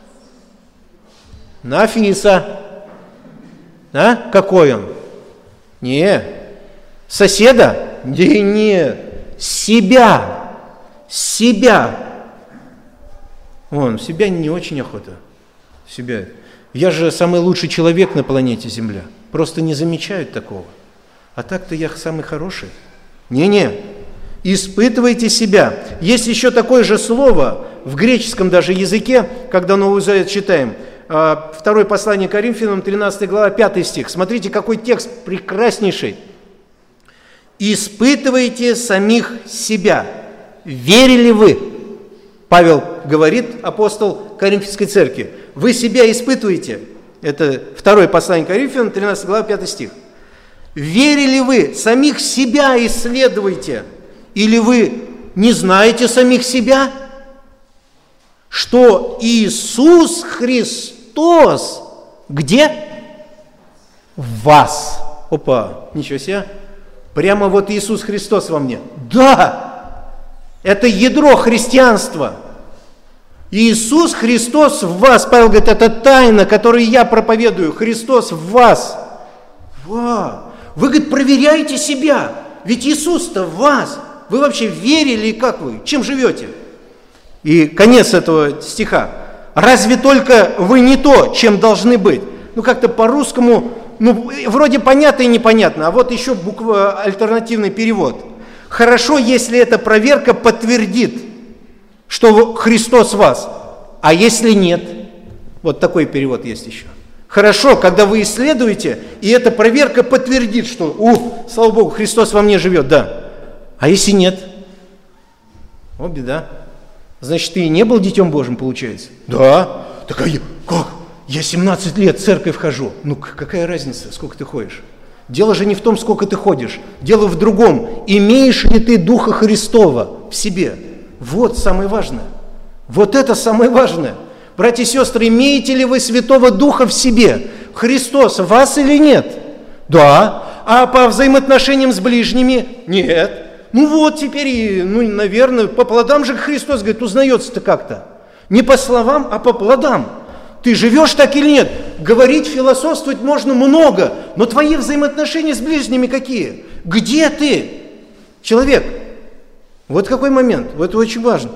Нафиса. А? Какой он? Не. Соседа? Не. Себя. Вон, себя не очень охота. Себя. Я же самый лучший человек на планете Земля. Просто не замечают такого. А так-то я самый хороший. Не. Испытывайте себя. Есть еще такое же слово в греческом даже языке, когда Новый Завет читаем. Второе послание Коринфянам, 13 глава, 5 стих. Смотрите, какой текст прекраснейший. «Испытывайте самих себя. Верили вы?» Павел говорит, апостол Коринфянской церкви. Вы себя испытываете. Это второе послание Коринфянам, 13 глава, 5 стих. Верили вы? Самих себя исследуйте. Или вы не знаете самих себя? Что Иисус Христос где? В вас. Опа, ничего себе. Прямо вот Иисус Христос во мне. Да! Это ядро христианства. Иисус Христос в вас. Павел говорит, это тайна, которую я проповедую. Христос в вас. Вы, говорит, проверяйте себя. Ведь Иисус-то в вас. Вы вообще верили и как вы? Чем живете? И конец этого стиха. Разве только вы не то, чем должны быть? Ну, как-то по-русскому, вроде понятно и непонятно. А вот еще альтернативный перевод. Хорошо, если эта проверка подтвердит, что Христос в вас, а если нет? Вот такой перевод есть еще. Хорошо, когда вы исследуете, и эта проверка подтвердит, что, слава Богу, Христос во мне живет, да. А если нет? О, беда. Значит, ты и не был Детем Божьим, получается? Да. Так как? Я 17 лет в церковь хожу. Ну, какая разница, сколько ты ходишь? Дело же не в том, сколько ты ходишь. Дело в другом. Имеешь ли ты Духа Христова в себе? Вот самое важное. Вот это самое важное. Братья и сестры, имеете ли вы Святого Духа в себе? Христос в вас или нет? Да. А по взаимоотношениям с ближними? Нет. Ну вот теперь, наверное, по плодам же Христос, говорит, узнается-то как-то. Не по словам, а по плодам. Ты живешь так или нет? Говорить, философствовать можно много, но твои взаимоотношения с ближними какие? Где ты, человек? Вот какой момент, вот это очень важно.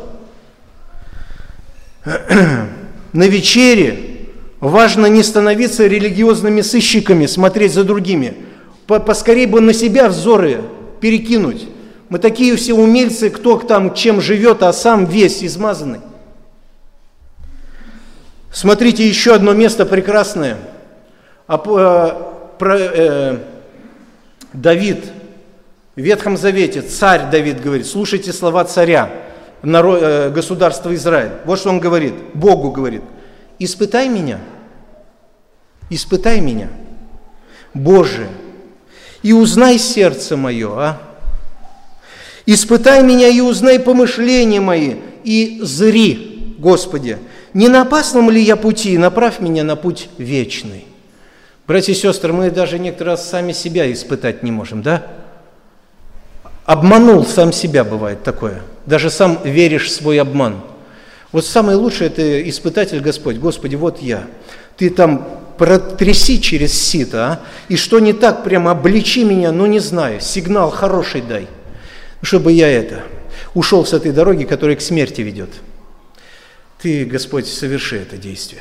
На вечере важно не становиться религиозными сыщиками, смотреть за другими. Поскорее бы на себя взоры перекинуть. Мы такие все умельцы, кто там чем живет, а сам весь измазанный. Смотрите, еще одно место прекрасное. Давид в Ветхом Завете, царь Давид говорит, слушайте слова царя, государства Израиль. Вот что он говорит, Богу говорит: испытай меня, Боже, и узнай сердце мое, Испытай меня и узнай помышления мои, и зри, Господи, не на опасном ли я пути, направь меня на путь вечный. Братья и сестры, мы даже некоторый раз сами себя испытать не можем, да? Обманул сам себя, бывает такое. Даже сам веришь в свой обман. Вот самое лучшее – это испытатель Господь. Господи, вот я. Ты там протряси через сито, и что не так, прямо обличи меня, ну не знаю, сигнал хороший дай, чтобы я ушел с этой дороги, которая к смерти ведет. Ты, Господь, соверши это действие.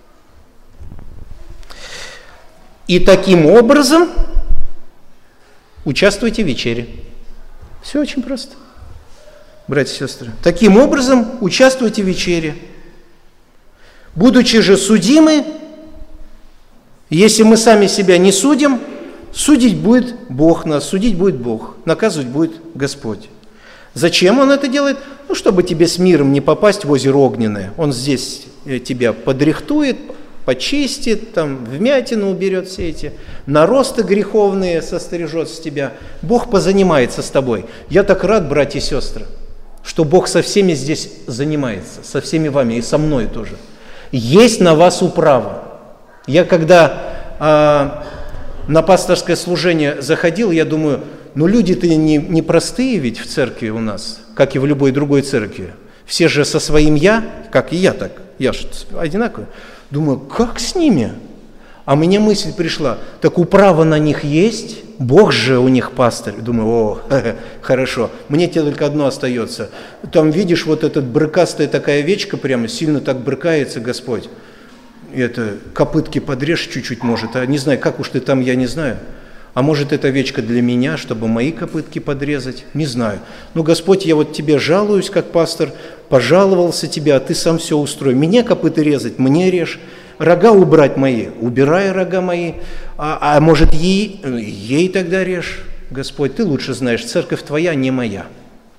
И таким образом участвуйте в вечере. Все очень просто, братья и сестры. Таким образом участвуйте в вечере. Будучи же судимы, если мы сами себя не судим, судить будет Бог нас, судить будет Бог, наказывать будет Господь. Зачем Он это делает? Ну, чтобы тебе с миром не попасть в озеро огненное. Он здесь тебя подрихтует, почистит, там вмятину уберет все эти наросты греховные, состережет с тебя. Бог позанимается с тобой. Я так рад, братья и сестры, что Бог со всеми здесь занимается, со всеми вами и со мной тоже. Есть на вас управа. Я когда на пасторское служение заходил, я думаю, ну люди-то не простые ведь в церкви у нас, как и в любой другой церкви. Все же со своим «я», как и я так, я же одинаковый. Думаю, как с ними? А мне мысль пришла, так управа на них есть, Бог же у них пастырь. Думаю, хорошо, мне тебе только одно остается. Там видишь, вот эта брыкастая такая овечка прямо, сильно так брыкается Господь. Это копытки подрежь чуть-чуть может, а не знаю, как уж ты там, я не знаю. А может, эта овечка для меня, чтобы мои копытки подрезать? Не знаю. Ну, Господь, я вот тебе жалуюсь, как пастор, пожаловался тебе, а ты сам все устрой. Мне копыты резать, мне режь. Рога убрать мои, убирай рога мои. А может, ей тогда режь? Господь, ты лучше знаешь, церковь твоя, не моя.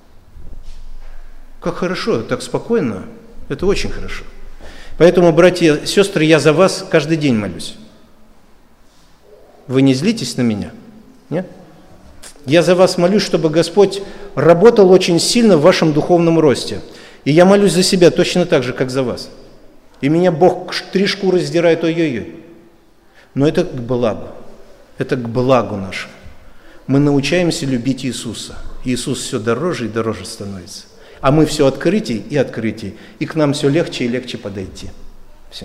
Как хорошо, так спокойно. Это очень хорошо. Поэтому, братья и сестры, я за вас каждый день молюсь. Вы не злитесь на меня? Нет? Я за вас молюсь, чтобы Господь работал очень сильно в вашем духовном росте. И я молюсь за себя точно так же, как за вас. И меня Бог 3 шкуры сдирает, ой-ой-ой. Но это к благу. Это к благу нашему. Мы научаемся любить Иисуса. Иисус все дороже и дороже становится. А мы все открытий и открытий. И к нам все легче и легче подойти. Все.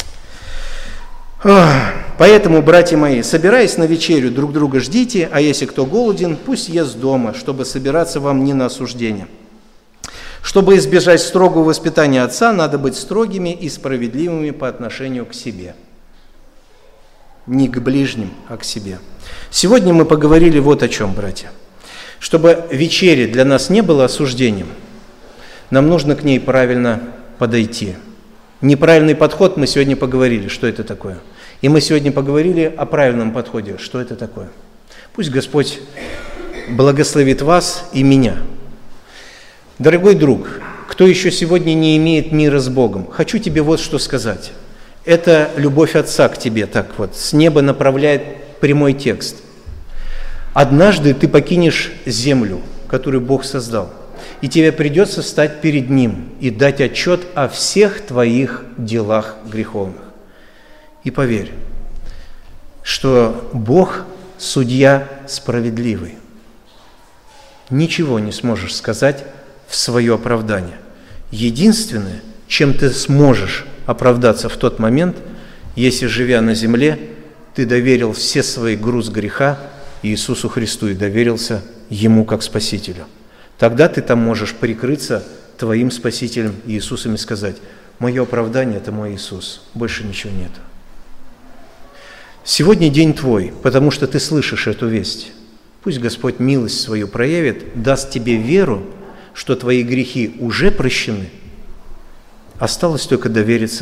Поэтому, братья мои, собираясь на вечерю, друг друга ждите, а если кто голоден, пусть ест дома, чтобы собираться вам не на осуждение. Чтобы избежать строгого воспитания отца, надо быть строгими и справедливыми по отношению к себе. Не к ближним, а к себе. Сегодня мы поговорили вот о чем, братья. Чтобы вечере для нас не было осуждением, нам нужно к ней правильно подойти. Неправильный подход мы сегодня поговорили, что это такое. И мы сегодня поговорили о правильном подходе, что это такое. Пусть Господь благословит вас и меня. Дорогой друг, кто еще сегодня не имеет мира с Богом, хочу тебе вот что сказать. Это любовь Отца к тебе, так вот, с неба направляет прямой текст. Однажды ты покинешь землю, которую Бог создал, и тебе придется встать перед Ним и дать отчет о всех твоих делах греховных. И поверь, что Бог – судья справедливый. Ничего не сможешь сказать в свое оправдание. Единственное, чем ты сможешь оправдаться в тот момент, если, живя на земле, ты доверил все свои груз греха Иисусу Христу и доверился Ему как Спасителю. Тогда ты там можешь прикрыться твоим Спасителем Иисусом и сказать: «Мое оправдание – это мой Иисус, больше ничего нет». Сегодня день твой, потому что ты слышишь эту весть. Пусть Господь милость свою проявит, даст тебе веру, что твои грехи уже прощены. Осталось только довериться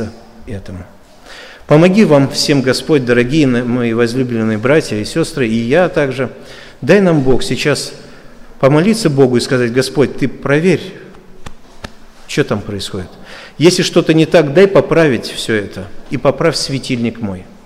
этому. Помоги вам всем, Господь, дорогие мои возлюбленные братья и сестры, и я также. Дай нам, Бог, сейчас помолиться Богу и сказать: Господь, Ты проверь, что там происходит. Если что-то не так, дай поправить все это и поправь светильник мой.